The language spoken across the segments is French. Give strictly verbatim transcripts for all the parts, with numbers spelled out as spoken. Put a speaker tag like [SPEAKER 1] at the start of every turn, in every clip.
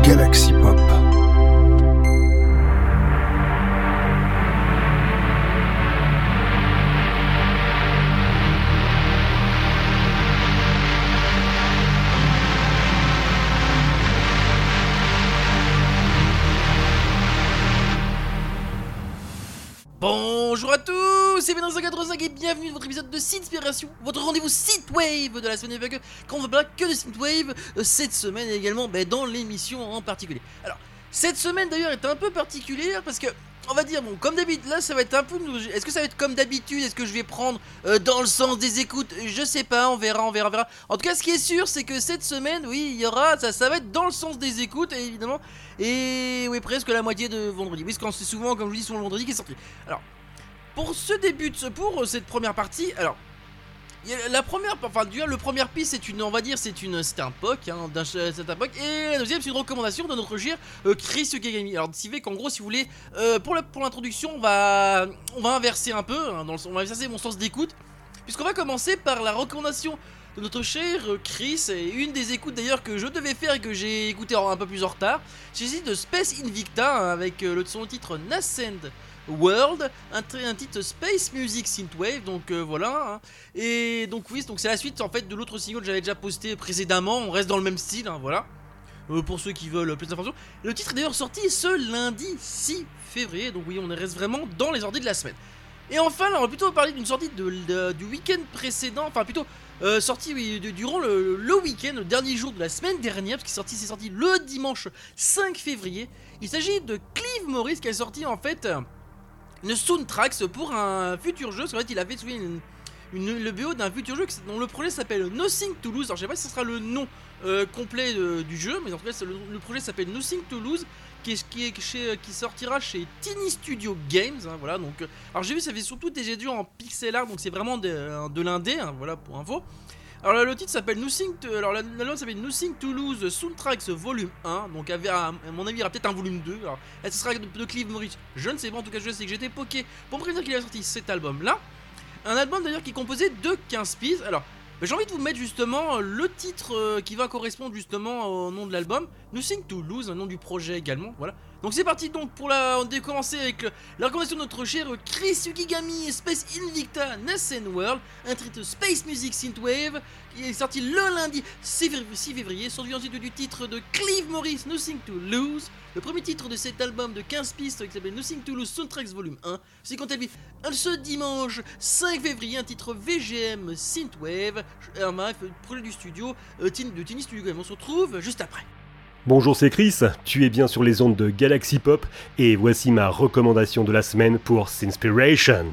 [SPEAKER 1] Galaxy Pop.
[SPEAKER 2] Bonjour à tous, c'est Vénus cent quatre-vingt-cinq et bienvenue dans votre épisode de Synthspiration, votre rendez-vous Synthwave de la semaine, et pas que, quand on ne parle que de Synthwave euh, cette semaine et également bah, dans l'émission en particulier. Alors, cette semaine d'ailleurs est un peu particulière parce que, on va dire, bon, comme d'habitude, là ça va être un peu. Est-ce que ça va être comme d'habitude? Est-ce que je vais prendre euh, dans le sens des écoutes? Je sais pas, on verra, on verra, on verra. En tout cas, ce qui est sûr, c'est que cette semaine, oui, il y aura. Ça, ça va être dans le sens des écoutes, évidemment. Et oui, presque la moitié de vendredi. Oui, parce que c'est souvent, comme je dis, souvent le vendredi qui est sorti. Alors, pour ce début de ce. Pour cette première partie, alors. La première, enfin, du coup, le premier piste, c'est une, on va dire, c'est une, c'est un P O C, hein, d'un, c'est un P O C, et la deuxième, c'est une recommandation de notre cher euh, Chris Yukigami. Alors, si vous qu'en gros, si vous voulez, euh, pour, la, pour l'introduction, on va, on va inverser un peu, hein, dans le, on va inverser mon sens d'écoute, puisqu'on va commencer par la recommandation de notre cher euh, Chris, et une des écoutes d'ailleurs que je devais faire et que j'ai écouté un peu plus en retard. J'ai de Space Invicta, hein, avec euh, le, son titre Nascent World, un, un titre Space Music Synthwave, donc euh, voilà, hein. Et donc oui, donc c'est la suite en fait de l'autre single que j'avais déjà posté précédemment, on reste dans le même style, hein, voilà, euh, pour ceux qui veulent plus d'informations. Le titre est d'ailleurs sorti ce lundi six février, donc oui, on reste vraiment dans les sorties de la semaine. Et enfin, là, on va plutôt parler d'une sortie de, de, du week-end précédent, enfin plutôt euh, sortie oui, de, durant le, le week-end, le dernier jour de la semaine dernière, parce qu'il est sorti, c'est sorti le dimanche cinq février. Il s'agit de Clive Morris qui a sorti en fait une soundtrack pour un futur jeu, parce qu'en fait il avait souvenir une, une, le B O d'un futur jeu dont le projet s'appelle Nothing to Lose. Alors je sais pas si ce sera le nom euh, complet de, du jeu, mais en tout cas le, le projet s'appelle Nothing to Lose, qui, est, qui, est chez, qui sortira chez Tiny Studio Games, hein, voilà, donc, euh, alors j'ai vu ça fait surtout des jeux en pixel art, donc c'est vraiment de, de l'indé, hein, voilà pour info. Alors là, le titre s'appelle Nothing to... Alors l'album s'appelle Nothing to Lose Soundtracks Volume un. Donc à, à mon avis il y aura peut-être un volume deux. Alors est-ce que ce sera de, de Clive Morris? Je ne sais pas, en tout cas je sais que j'étais poké pour me prévenir qu'il a sorti cet album là. Un album d'ailleurs qui est composé de quinze pistes. Alors bah, j'ai envie de vous mettre justement le titre euh, qui va correspondre justement au nom de l'album, Nothing to Lose, le nom du projet également, voilà. Donc c'est parti donc pour la... On va commencer avec le... la recommandation de notre cher Chris Yukigami, Space Invicta Nascent World, un titre Space Music Synthwave, qui est sorti le lundi six février, sorti ensuite du titre de Clive Morris, Nothing to Lose, le premier titre de cet album de quinze pistes qui s'appelle Nothing to Lose Soundtracks Volume un. C'est quant à lui ce dimanche cinq février, un titre V G M Synthwave, un projet du studio euh, de Tiny Studio Games. On se retrouve juste après.
[SPEAKER 3] Bonjour, c'est Chris, tu es bien sur les ondes de Galaxy Pop et voici ma recommandation de la semaine pour Synthspiration.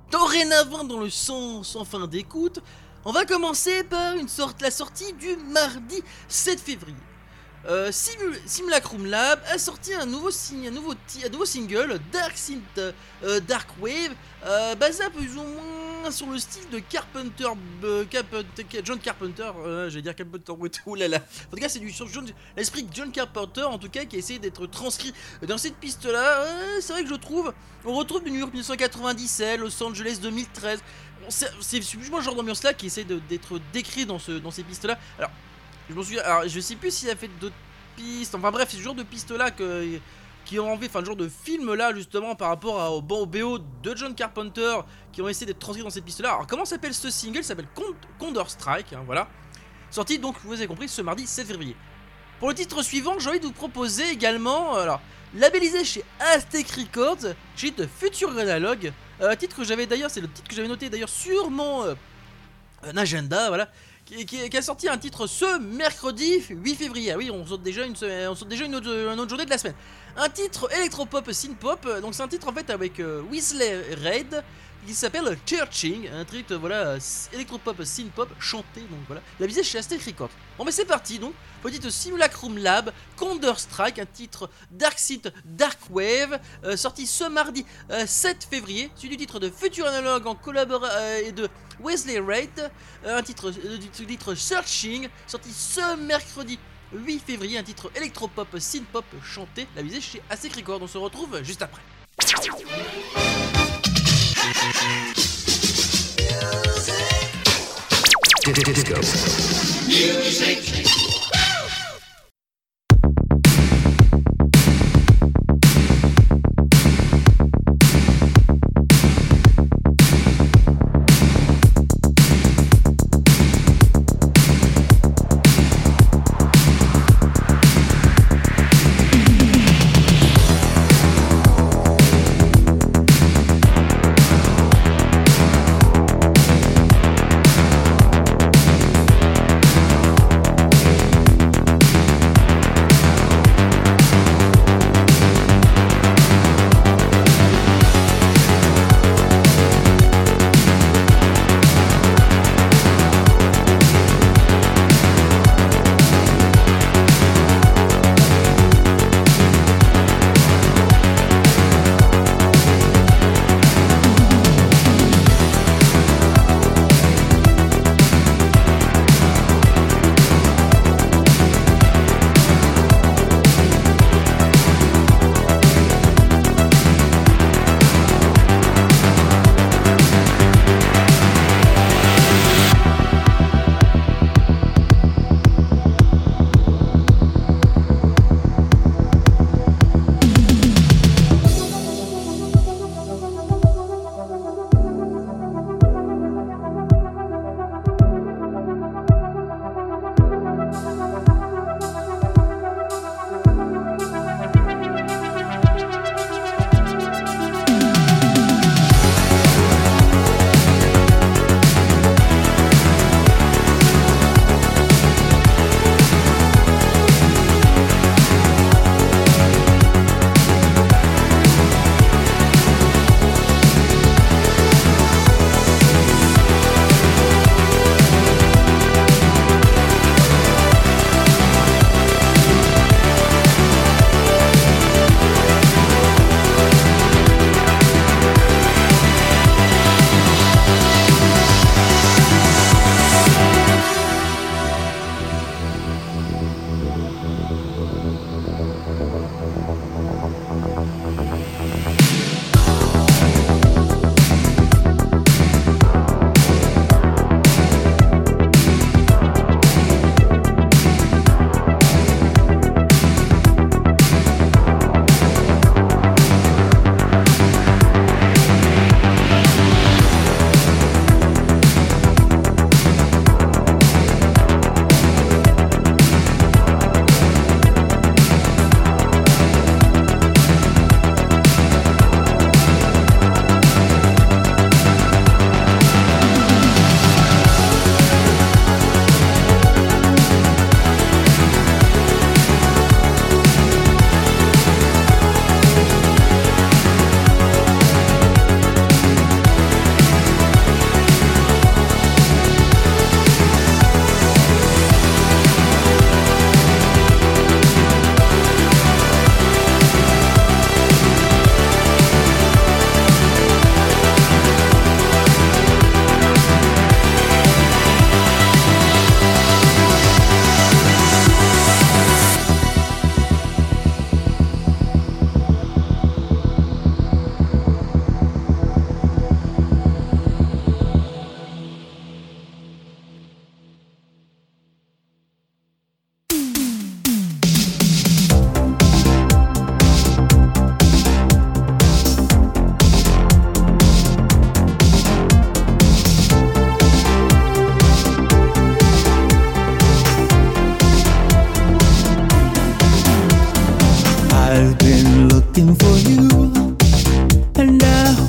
[SPEAKER 2] dorénavant dans le sens sans fin d'écoute, on va commencer par une sorte, la sortie du mardi sept février. Euh, Simul- Simulacrum Lab a sorti un nouveau, sing- un nouveau, ti- un nouveau single, Dark Synth euh, Dark Wave, euh, basé un peu plus ou moins sur le style de Carpenter, euh, Carpenter John Carpenter, euh, j'allais dire Carpenter, oulala. En tout cas, c'est du sur John, l'esprit de John Carpenter, en tout cas, qui a essayé d'être transcrit dans cette piste-là. Euh, c'est vrai que je trouve, on retrouve du New York mille neuf cent quatre-vingt-dix-sept, Los Angeles deux mille treize. Bon, c'est, c'est justement le genre d'ambiance-là qui essaie de, d'être décrit dans, ce, dans ces pistes-là. Alors, Je m'en souviens, alors je sais plus s'il a fait d'autres pistes, enfin bref, c'est ce genre de pistes là que, qui ont enlevé, enfin le genre de film là justement par rapport à, au, bon, au B O de John Carpenter qui ont essayé d'être transcrits dans cette piste là. Alors comment s'appelle ce single? Il s'appelle Condor Strike, hein, voilà. Sorti donc, vous avez compris, ce mardi sept février. Pour le titre suivant, j'ai envie de vous proposer également, alors, labellisé chez Aztec Records, chez The Future Analogue, euh, titre que j'avais d'ailleurs, c'est le titre que j'avais noté d'ailleurs sur mon euh, un agenda, voilà. Qui, qui, qui a sorti un titre ce mercredi huit février. Ah oui, on saute déjà une semaine, on saute déjà une autre, une autre journée de la semaine. Un titre électropop synth-pop. Donc c'est un titre en fait avec euh, Wesley Reid qui s'appelle Churching, un titre voilà électropop synth-pop chanté. Donc voilà, la visée chez Aztec Records. Bon mais c'est parti donc. Petite Simulacrum Lab, Condor Strike, un titre Dark Synth Dark Wave, euh, sorti ce mardi euh, sept février, suivi du titre de Future Analogue en collaboration euh, et de Wesley Reid, euh, un titre euh, du titre Searching, sorti ce mercredi huit février, un titre électropop synth-pop chanté, la visée chez Aztec Records. On se retrouve juste après. Music.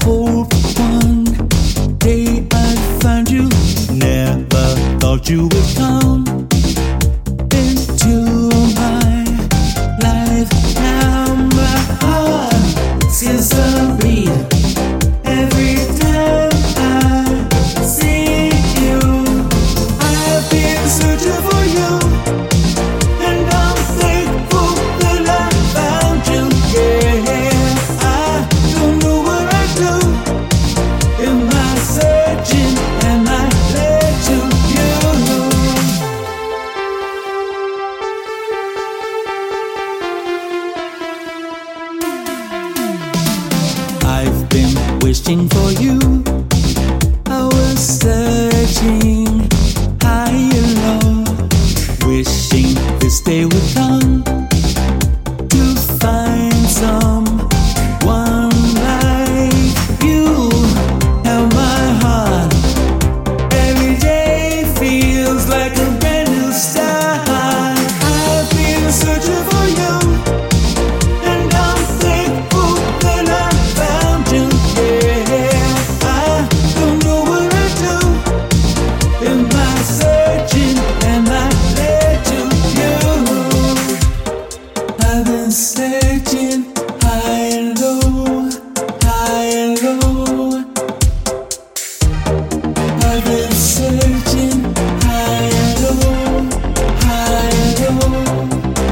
[SPEAKER 1] hope one day I'd find you. Never thought you would come into my life. Now my heart seems to beat every time I see you. I've been searching for you, and I'm thankful that I found you. Yeah, I don't know what I do in my searching, and I led to you. I've been wishing for you. I was searching high and low, wishing this day would come to find someone like you. Now my heart every day feels like a brand new start. I've been searching for you, and I'm thankful that I found you. Yeah, I don't know what I do in my searching, and I led to you. I've been searching high and low, high and low. I've been searching high and low, high and low.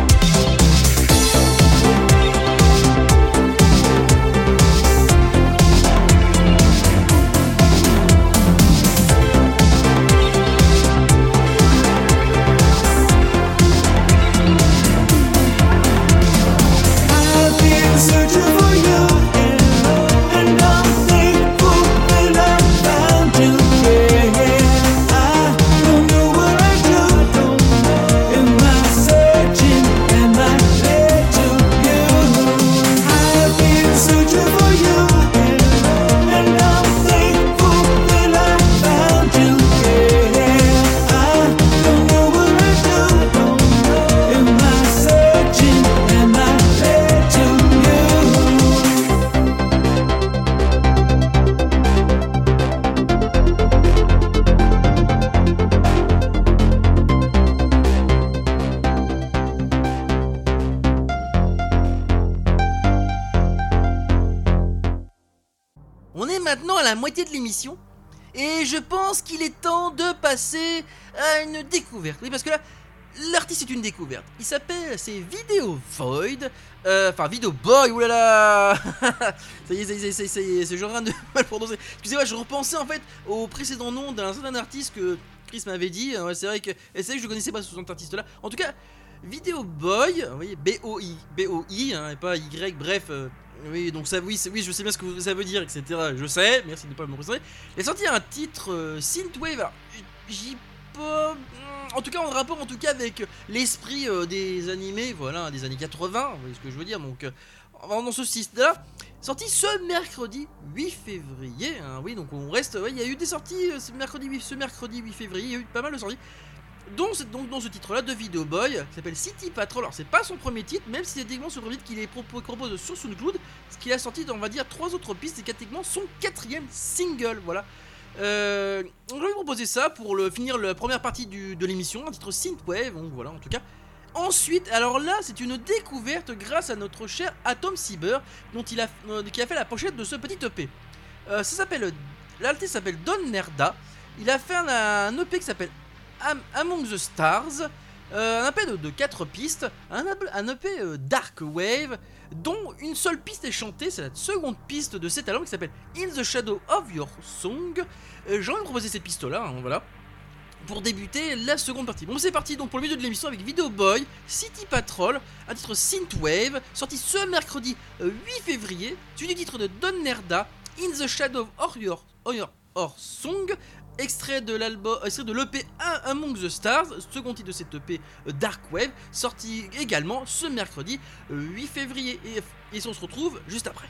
[SPEAKER 1] I've been searching for you, and I'm thankful that I found you. Yeah, I don't know what I do in my searching, and I led to you. I've been searching for you, and I'm thankful that I found you. Yeah, I don't know what I do in my searching, and I led to you.
[SPEAKER 2] On est maintenant à la moitié de l'émission et je pense qu'il est temps de passer à une découverte. Oui, parce que là, l'artiste est une découverte. Il s'appelle, c'est Video Void, euh, enfin Video Boy, oulala. Ça y est, ça y est, ça y est, ça y est, je suis en train de mal prononcer. Excusez-moi, je repensais en fait au précédent nom d'un certain artiste que Chris m'avait dit. Ouais, c'est vrai que, et c'est vrai que je ne connaissais pas ce cet artiste-là. En tout cas, Video Boy, vous voyez, B O I, B O I, hein, et pas Y, bref. euh, Oui, donc ça, oui, c'est- oui, je sais bien ce que ça veut dire, et cetera. Je sais, merci de ne pas me présenter. Il a sorti un titre euh, Synthwave. Alors, j'y pas. En tout cas, en rapport, en tout cas, avec l'esprit euh, des animés, voilà, des années quatre-vingts. Vous voyez ce que je veux dire. Donc, euh, dans ce style-là, sorti ce mercredi huit février. Hein, oui, donc on reste. Ouais, il y a eu des sorties euh, ce mercredi, huit- ce mercredi huit février. Il y a eu pas mal de sorties. Donc, c'est donc dans ce titre-là de Video Boy, qui s'appelle City Patrol. Alors, c'est pas son premier titre, même si c'est techniquement son premier titre qu'il est propo- propose sur SoundCloud, ce qu'il a sorti, on va dire, trois autres pistes, c'est techniquement son quatrième single. Voilà. Euh, on va lui proposer ça pour le, finir la première partie du, de l'émission, un titre Synthwave. Donc voilà, en tout cas. Ensuite, alors là, c'est une découverte grâce à notre cher Atom Cyber, dont il a, euh, qui a fait la pochette de ce petit E P. Euh, ça s'appelle, l'artiste s'appelle Don Nerda. Il a fait un, un E P qui s'appelle Am- Among the Stars, euh, un E P de, de quatre pistes, un, un E P euh, Dark Wave, dont une seule piste est chantée, c'est la seconde piste de cet album qui s'appelle In the Shadow of Your Song. Euh, J'ai envie de proposer cette piste-là, hein, voilà, pour débuter la seconde partie. Bon, c'est parti donc pour le milieu de l'émission avec Video Boy, City Patrol, un titre Synthwave, sorti ce mercredi euh, huit février, suivi du titre de Don Nerda, In the Shadow of Your, of your, Your Song. Extrait de l'album, extrait de l'E P Among the Stars, second titre de cet E P euh, Dark Wave, sorti également ce mercredi euh, huit février. Et, et on se retrouve juste après.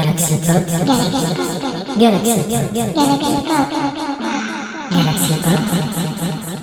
[SPEAKER 4] Galaxy Pop. Galaxy Pop. Galaxy Pop.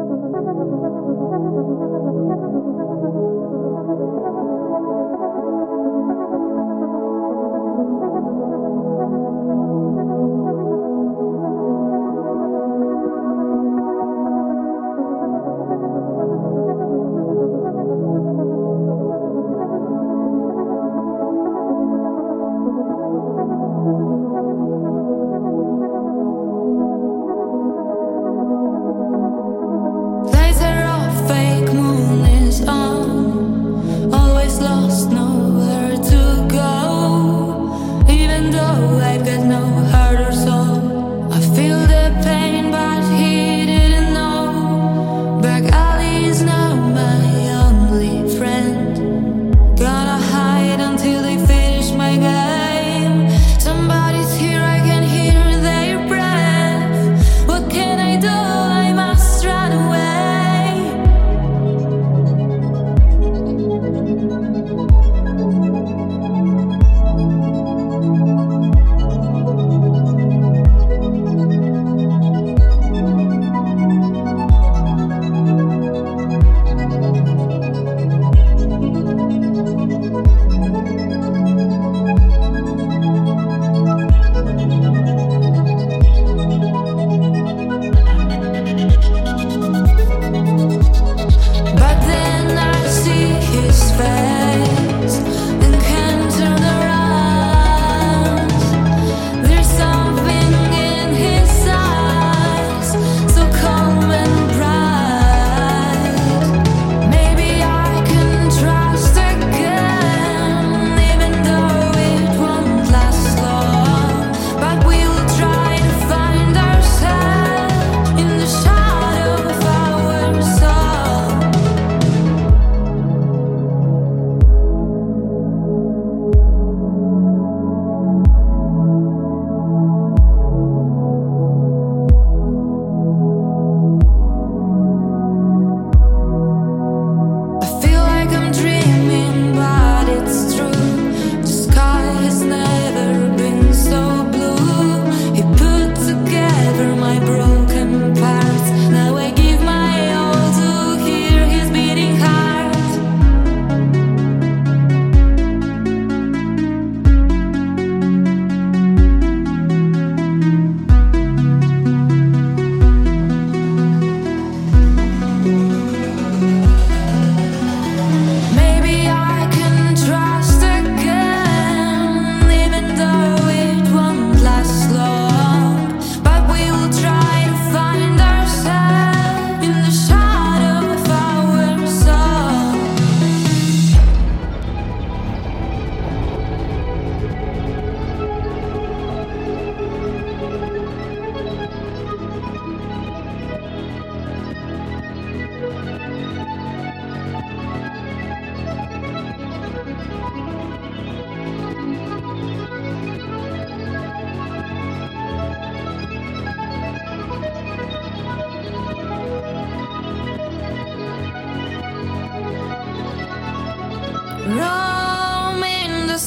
[SPEAKER 5] Roaming the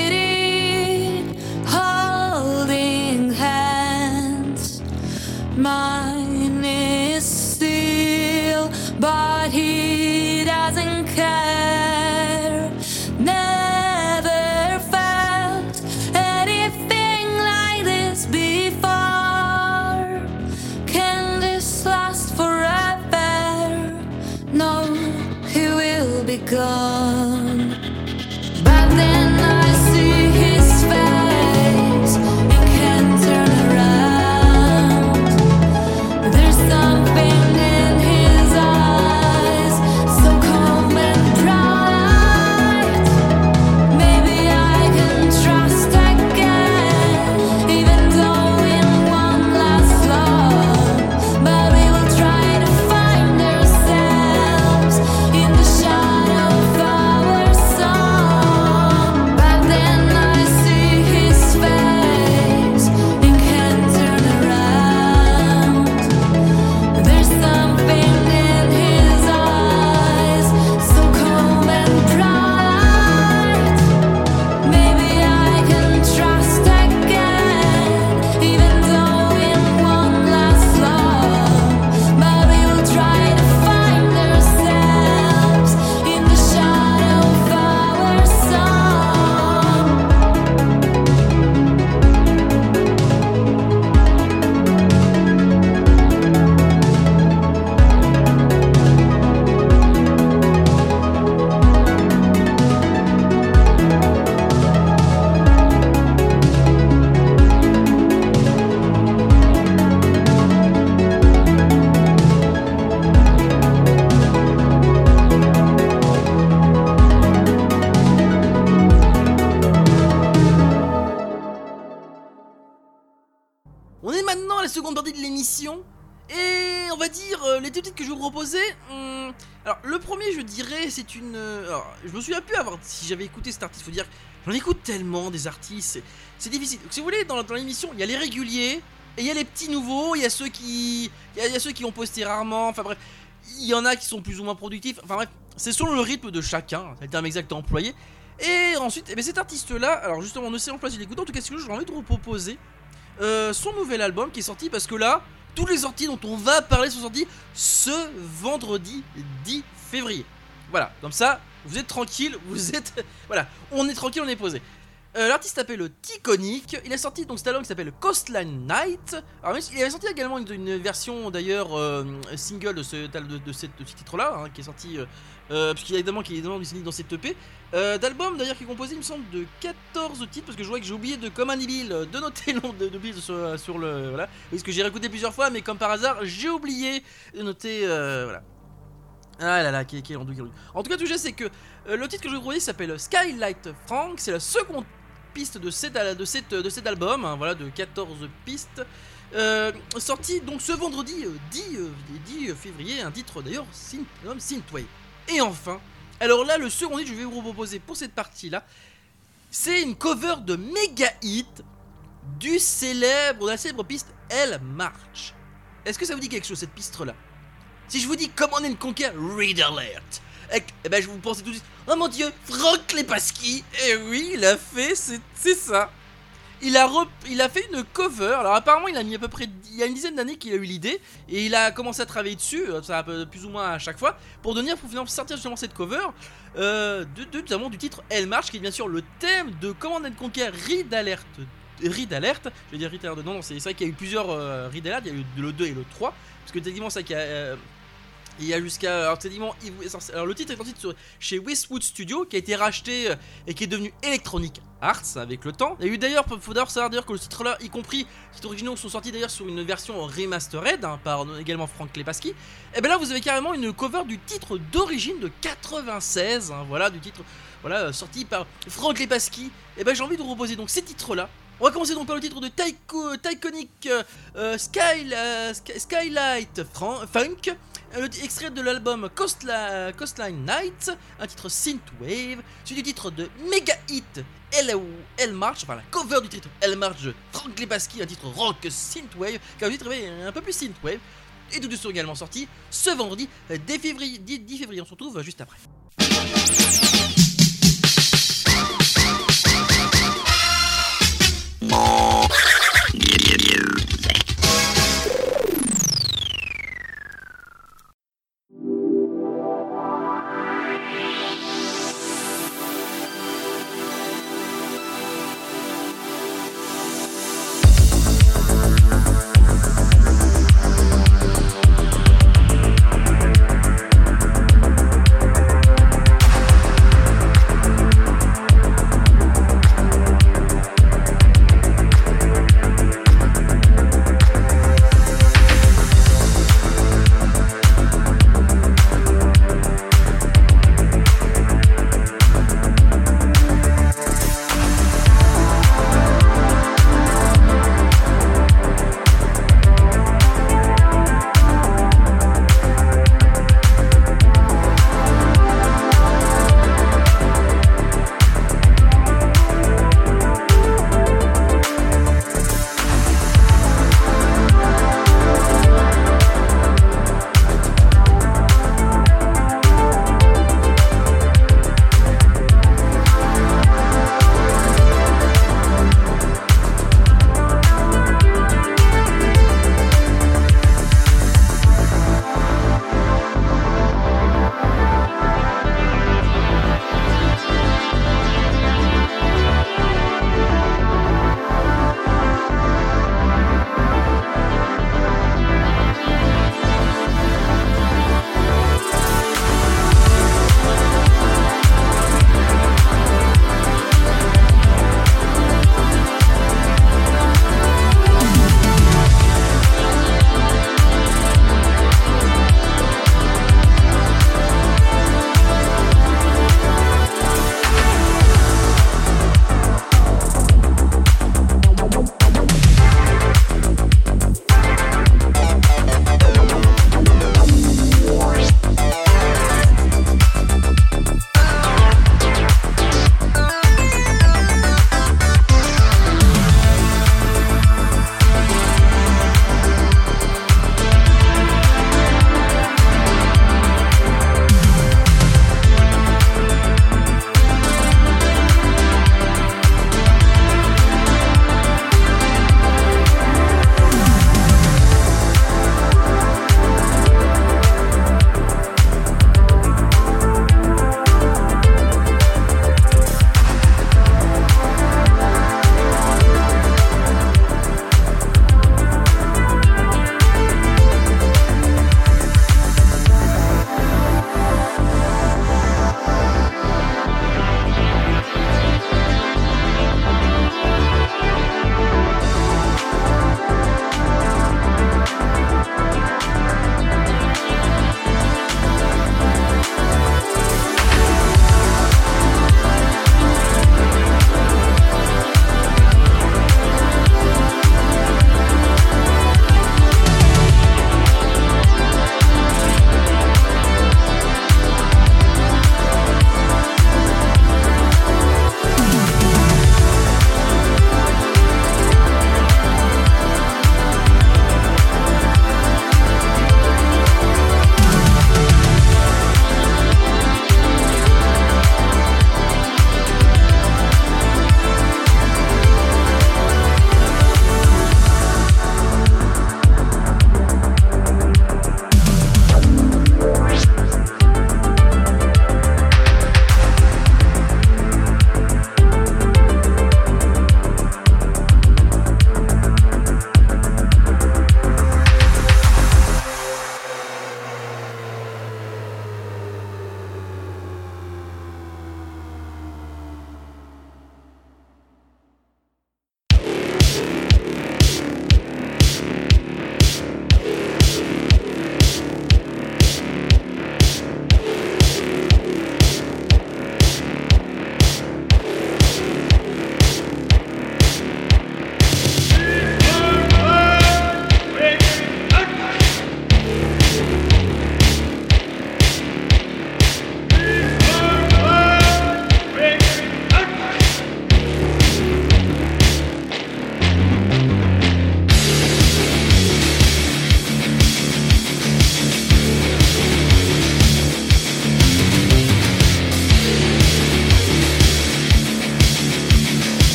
[SPEAKER 5] city, holding hands. Mine is still, but he doesn't care. Never felt anything like this before. Can this last forever? No, he will be gone. But then I see his face and can't turn around. There's something in his eyes, so calm and bright. Maybe I can trust again, even though it won't last long. But we will try to find ourselves in the shadow of our
[SPEAKER 2] On est maintenant à la seconde partie de l'émission. Et on va dire, euh, les deux titres que je vais vous proposer. Hum, alors, le premier, je dirais, c'est une. euh, alors, je me souviens plus avoir si j'avais écouté cet artiste. Faut dire, j'en écoute tellement des artistes. C'est, c'est difficile. Donc, si vous voulez, dans, dans l'émission, il y a les réguliers. Et il y a les petits nouveaux. Il y a ceux qui. Il y a, il y a ceux qui ont posté rarement. Enfin bref. Il y en a qui sont plus ou moins productifs. Enfin bref. C'est selon le rythme de chacun. C'est le terme exact à employer. Et ensuite, eh bien, cet artiste-là. Alors, justement, ne sais pas si l'écouter. En tout cas, ce que j'ai envie de vous proposer. Euh, son nouvel album qui est sorti parce que là. Toutes les sorties dont on va parler sont sorties ce vendredi dix février. Voilà, comme ça, vous êtes tranquille, vous êtes... Voilà, on est tranquille, on est posé. Euh, l'artiste s'appelle T-Conic, il a sorti donc cet album qui s'appelle Coastline Night. Alors il avait sorti également une, une version d'ailleurs euh, single de ce, de, de, cette, de ce titre-là, hein, qui est sorti... Euh, euh, parce qu'il y a évidemment qui est évidemment disponible dans cette E P. Euh, d'album d'ailleurs qui est composé il me semble de quatorze titres, parce que je vois que j'ai oublié de, comme un débile, de noter le nom de, de Bills sur, sur le... Voilà, parce que j'ai réécouté plusieurs fois, mais comme par hasard, j'ai oublié de noter... Euh, voilà. Ah là là, quel, quel rendu, quel rendu. En tout cas, tout je sais, c'est que euh, le titre que je vais vous proposer s'appelle Skylight Frank. C'est la seconde piste de, cette, de, cette, de cet album, hein, voilà, de quatorze pistes. Euh, sorti donc ce vendredi euh, dix février, un titre d'ailleurs synth, Synthwave. Et enfin, alors là, le second titre que je vais vous proposer pour cette partie-là, c'est une cover de méga hit du célèbre, de la célèbre piste Elle March. Est-ce que ça vous dit quelque chose, cette piste-là? Si je vous dis Command and Conquer Red Alert, eh, eh ben je vous pensez tout de suite, oh mon dieu, Frank Lepaski. Eh oui, il a fait, c'est, c'est ça. Il a, rep, il a fait une cover. Alors apparemment il a mis à peu près, il y a une dizaine d'années qu'il a eu l'idée. Et il a commencé à travailler dessus, ça plus ou moins à chaque fois, pour devenir, pour finalement sortir justement cette cover euh, de, de, notamment du titre Elle Marche, qui est bien sûr le thème de Command and Conquer Red Alert. Red Alert, je vais dire Red Alert, non, non, c'est vrai qu'il y a eu plusieurs euh, Red Alert, il y a eu le deux et le trois. Parce que techniquement ça qui a... Euh, il y a jusqu'à... Alors, techniquement, alors le titre est sorti sur, chez Westwood Studio, qui a été racheté euh, et qui est devenu Electronic Arts avec le temps. Il y a eu d'ailleurs, il faut d'ailleurs savoir d'ailleurs que le titre là, y compris les titres originaux, sont sortis d'ailleurs sur une version remastered hein, par également Frank Lepaski. Et bien là vous avez carrément une cover du titre d'origine de quatre-vingt-seize, hein, voilà, du titre voilà, sorti par Frank Lepaski. Et ben j'ai envie de vous proposer donc ces titres là. On va commencer donc par le titre de T-Conic euh, Sky, euh, Skylight Fran- Funk, euh, extrait de l'album Coastla- Coastline Night, un titre synthwave, suivi du titre de Mega Hit Elle, Elle March, enfin la cover du titre Elle March de Frank Lepaski, un titre rock synthwave, qui a un titre un peu plus synthwave, et tous deux sont également sortis ce vendredi dix février, dix février. On se retrouve juste après.
[SPEAKER 1] Thank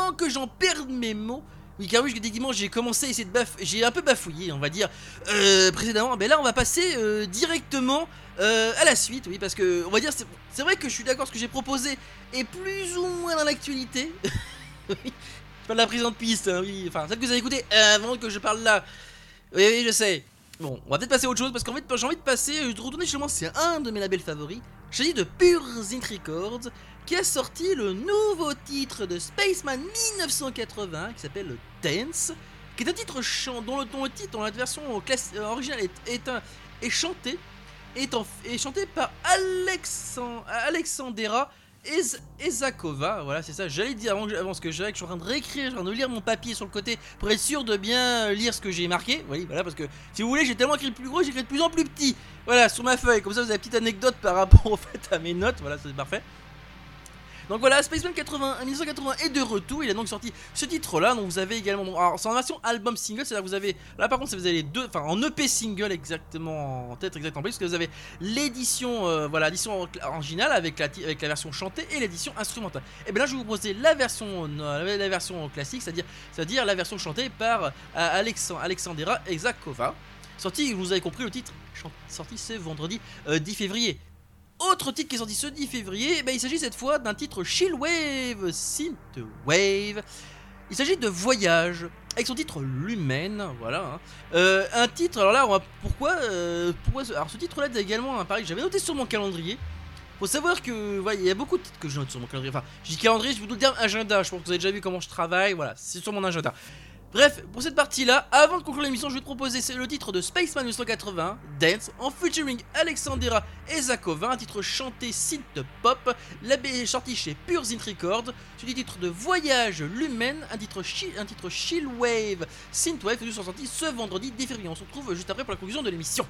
[SPEAKER 2] avant que j'en perde mes mots, oui, car oui, effectivement, j'ai commencé à essayer de baf... J'ai un peu bafouillé, on va dire, euh, précédemment. Mais là, on va passer euh, directement euh, à la suite, oui, parce que, on va dire, c'est, c'est vrai que je suis d'accord, ce que j'ai proposé est plus ou moins dans l'actualité. Oui, je parle de la prise de piste, hein, oui, enfin, celle que vous avez écoutée avant que je parle là. Oui, oui, je sais. Bon, on va peut-être passer à autre chose, parce qu'en fait, j'ai envie de passer, euh, de retourner justement, c'est un de mes labels favoris. Il s'agit de Pure Zint Records, qui a sorti le nouveau titre de Spaceman dix-neuf cent quatre-vingts, qui s'appelle Dance, qui est un titre chant, dont le, dont le titre, dont la version classe, euh, originale est, est, un, est chanté, est, en, est chanté par Alexand, Alexandera Ez, Ezakova, voilà, c'est ça, j'allais dire avant, avant ce que j'avais, que je suis en train de réécrire, je suis en train de lire mon papier sur le côté pour être sûr de bien lire ce que j'ai marqué. Oui, voilà, parce que si vous voulez, j'ai tellement écrit plus gros, j'ai écrit de plus en plus petit. Voilà, sur ma feuille, comme ça vous avez la petite anecdote par rapport au fait à mes notes, voilà, c'est parfait. Donc voilà, Spaceman quatre-vingts, dix-neuf cent quatre-vingts est de retour, il a donc sorti ce titre-là, donc vous avez également, donc, alors c'est en version album single, c'est-à-dire que vous avez, là par contre vous avez les deux, enfin en E P single exactement, en tête exactement, parce que vous avez l'édition, euh, voilà, l'édition originale avec la, avec la version chantée et l'édition instrumentale. Et bien là je vais vous proposer la version, euh, la version classique, c'est-à-dire, c'est-à-dire la version chantée par euh, Alexand- Alexandera Ezakova, sorti, vous avez compris, le titre, sorti ce vendredi euh, dix février. Autre titre qui est sorti ce dix février, eh ben, il s'agit cette fois d'un titre Chillwave Synthwave. Il s'agit de Voyage, avec son titre Lumen, voilà. Hein. Euh, un titre, alors là, on va, pourquoi, euh, pourquoi ce, alors ce titre-là également, hein, pareil, j'avais noté sur mon calendrier. Faut savoir que, voilà, il y a beaucoup de titres que je note sur mon calendrier. Enfin, je dis calendrier, je vous doute dire agenda, je pense que vous avez déjà vu comment je travaille, voilà, c'est sur mon agenda. Bref, pour cette partie-là, avant de conclure l'émission, je vais te proposer c'est le titre de Spaceman dix-neuf cent quatre-vingts, Dance, en featuring Alexandera Ezakova, un titre chanté synth-pop, la B est sorti chez Pure Zint Records, sur le titre de Voyage Lumen, un titre, chi- un titre Chillwave Synthwave, qui sont sortis ce vendredi dix février. On se retrouve juste après pour la conclusion de l'émission.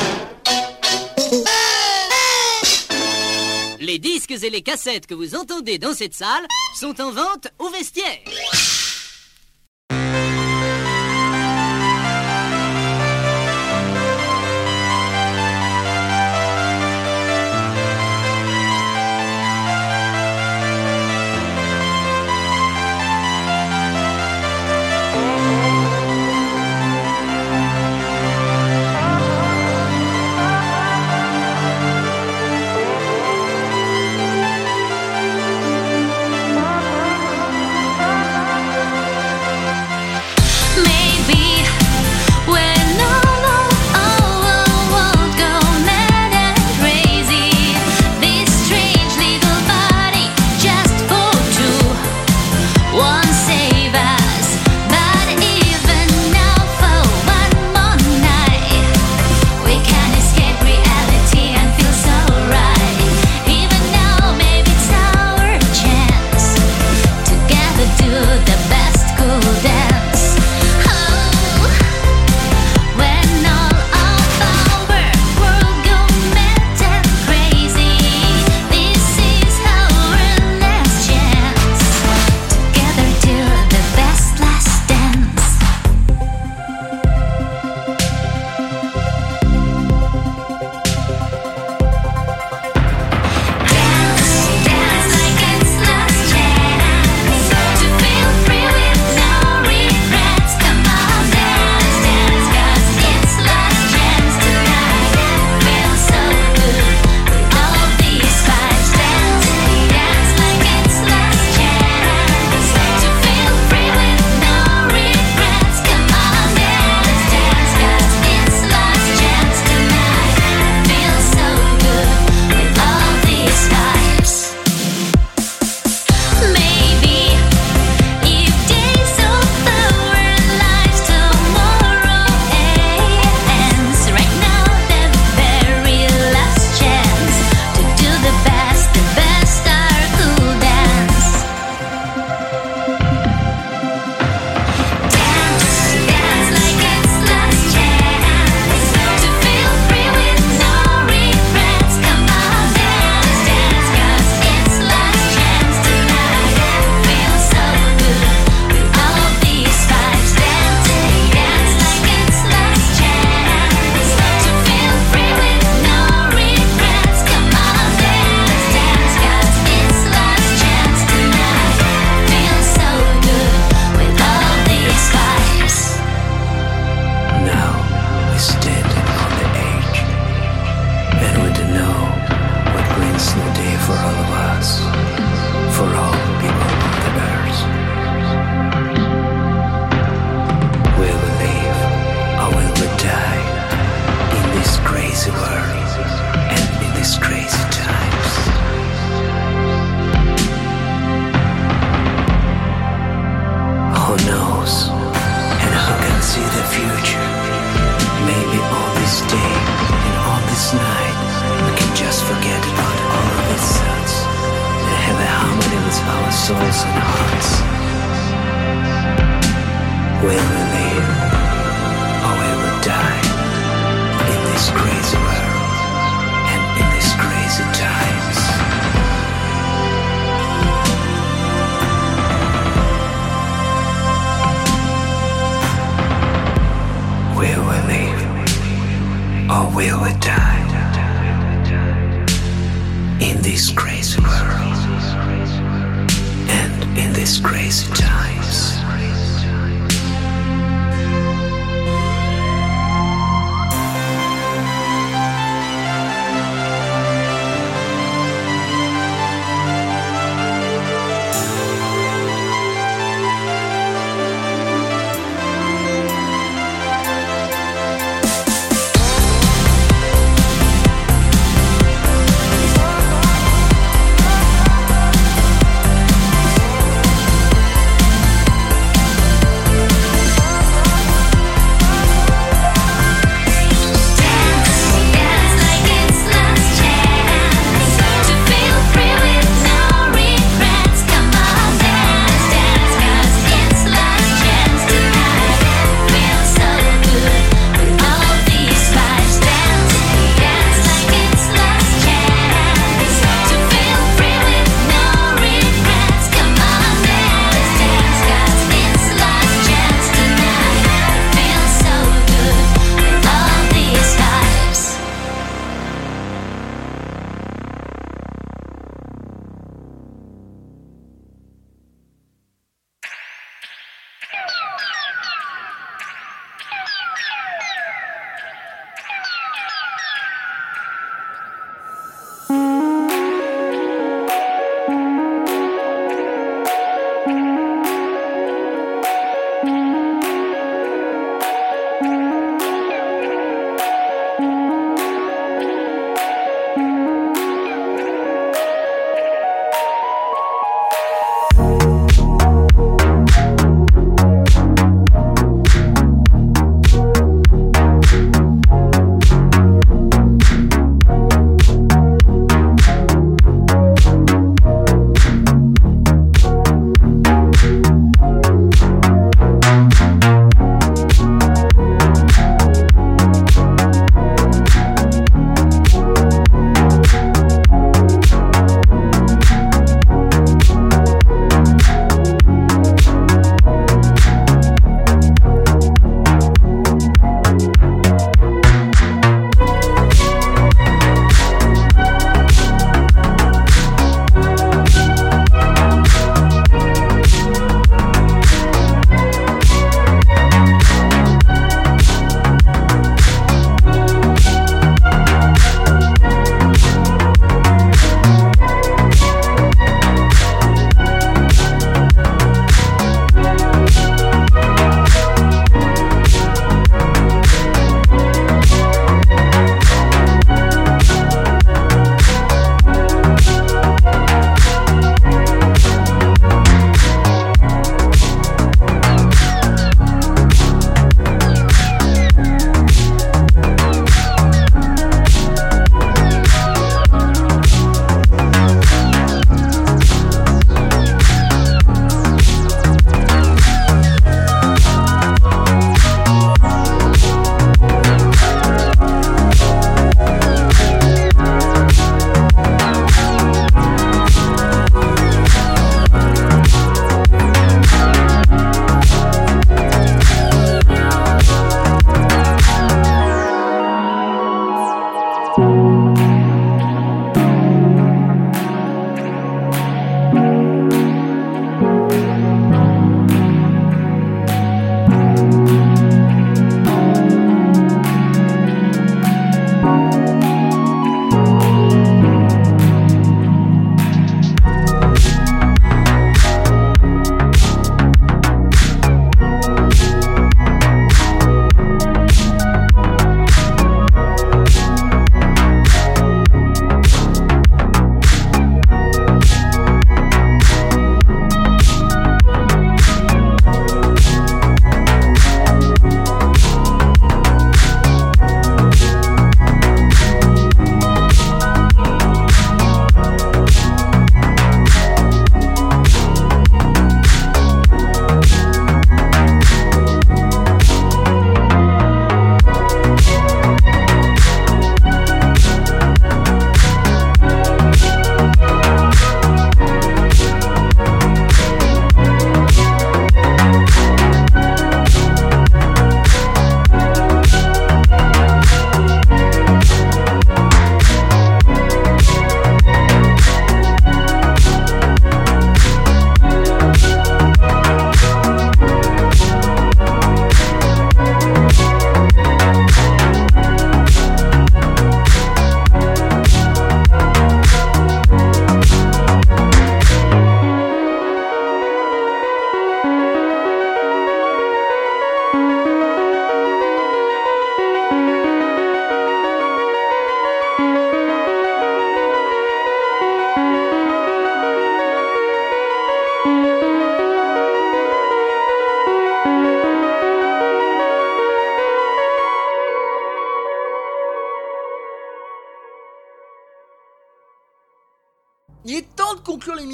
[SPEAKER 6] Les disques et les cassettes que vous entendez dans cette salle sont en vente au vestiaire.
[SPEAKER 5] Thank
[SPEAKER 7] souls and hearts. Will we live or will we die in this crazy world and in these crazy times? Will we live or will we die in this crazy world and in these crazy times?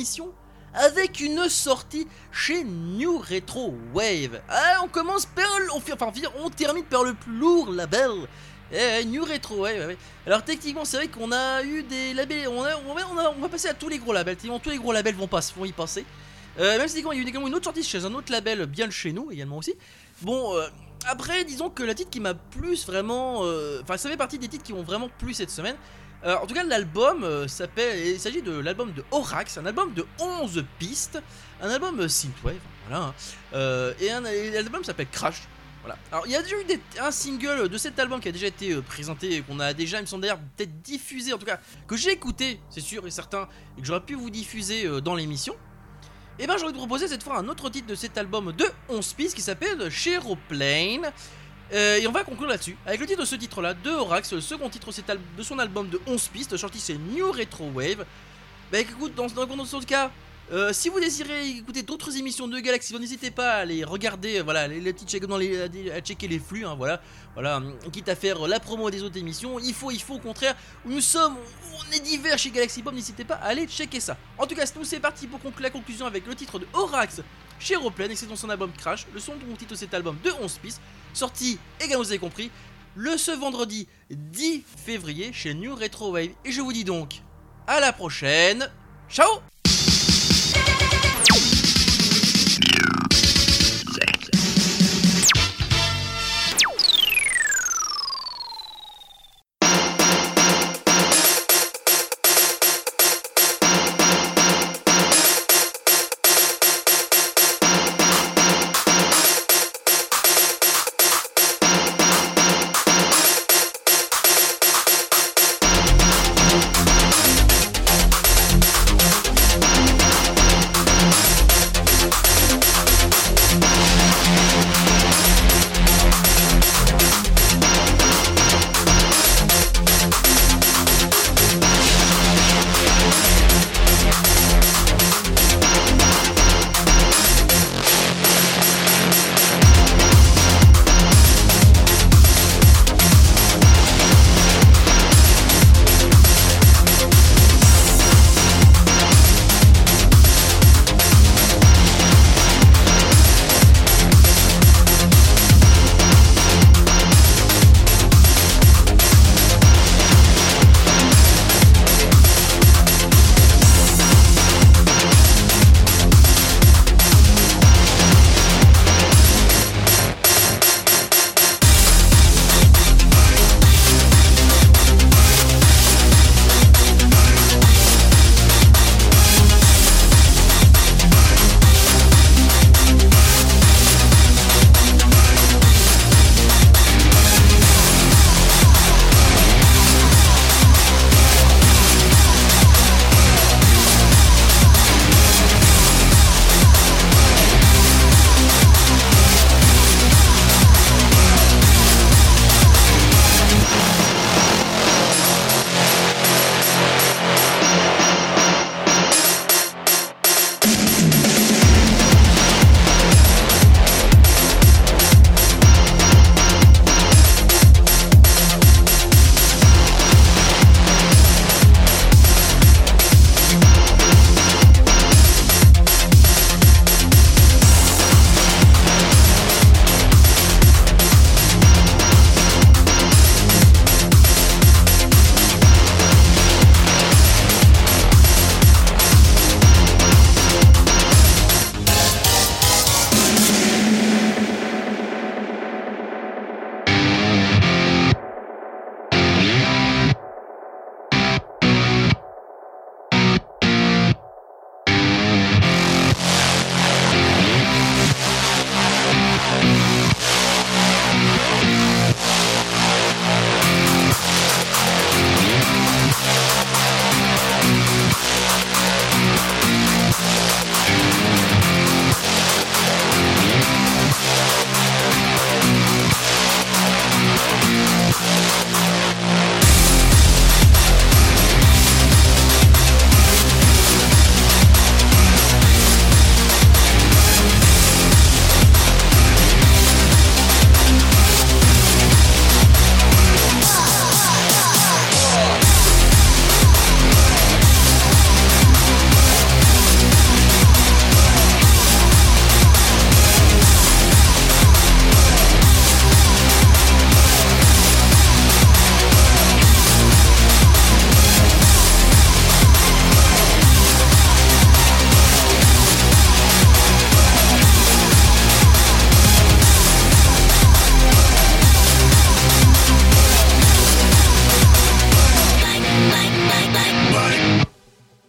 [SPEAKER 2] l'émission avec une sortie chez New Retro Wave. Ah, on commence par le, on, fait, enfin, on termine par le plus lourd label. Eh, New Retro Wave. Ouais, ouais. Alors techniquement, c'est vrai qu'on a eu des labels, on, a, on, va, on, a, on va passer à tous les gros labels. Techniquement, tous les gros labels vont, pas, vont y passer. Euh, même si il y a eu également une autre sortie chez un autre label bien chez nous également aussi. Bon, euh, après, disons que le titre qui m'a plus vraiment, enfin, euh, ça fait partie des titres qui m'ont vraiment plu cette semaine. Euh, en tout cas, l'album euh, s'appelle, il s'agit de l'album de Horax, un album de onze pistes, un album euh, synthwave, voilà, hein, euh, et, un, et l'album s'appelle Crash. Voilà. Alors, il y a déjà eu des, un single de cet album qui a déjà été euh, présenté, qu'on a déjà, il me semble d'ailleurs, peut-être diffusé, en tout cas, que j'ai écouté, c'est sûr et certain, et que j'aurais pu vous diffuser euh, dans l'émission. Et ben, j'ai envie de proposer cette fois un autre titre de cet album de onze pistes qui s'appelle Cheroplane. Euh, et on va conclure là-dessus, avec le titre de ce titre-là, de Horax, le second titre de son album de onze pistes, sorti c'est New Retro Wave. Bah écoute, dans, dans, dans ce cas, euh, si vous désirez écouter d'autres émissions de Galaxy, n'hésitez pas à les regarder, euh, voilà, les, les petits check, dans les, à checker les flux, hein, voilà, voilà, quitte à faire la promo des autres émissions, il faut, il faut au contraire, nous sommes, on est divers chez Galaxy Pop, n'hésitez pas à aller checker ça. En tout cas, nous c'est parti pour conclure la conclusion avec le titre de Horax, Cheroplane, et c'est dans son album Crash, le second titre de cet album de onze pistes, sorti, également vous avez compris, le ce vendredi dix février chez New Retro Wave. Et je vous dis donc, à la prochaine, ciao.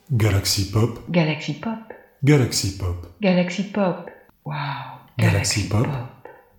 [SPEAKER 8] Galaxy Pop,
[SPEAKER 9] Galaxy Pop,
[SPEAKER 8] Galaxy Pop,
[SPEAKER 9] Galaxy Pop. Wow,
[SPEAKER 8] Galaxy Pop.
[SPEAKER 9] Pop.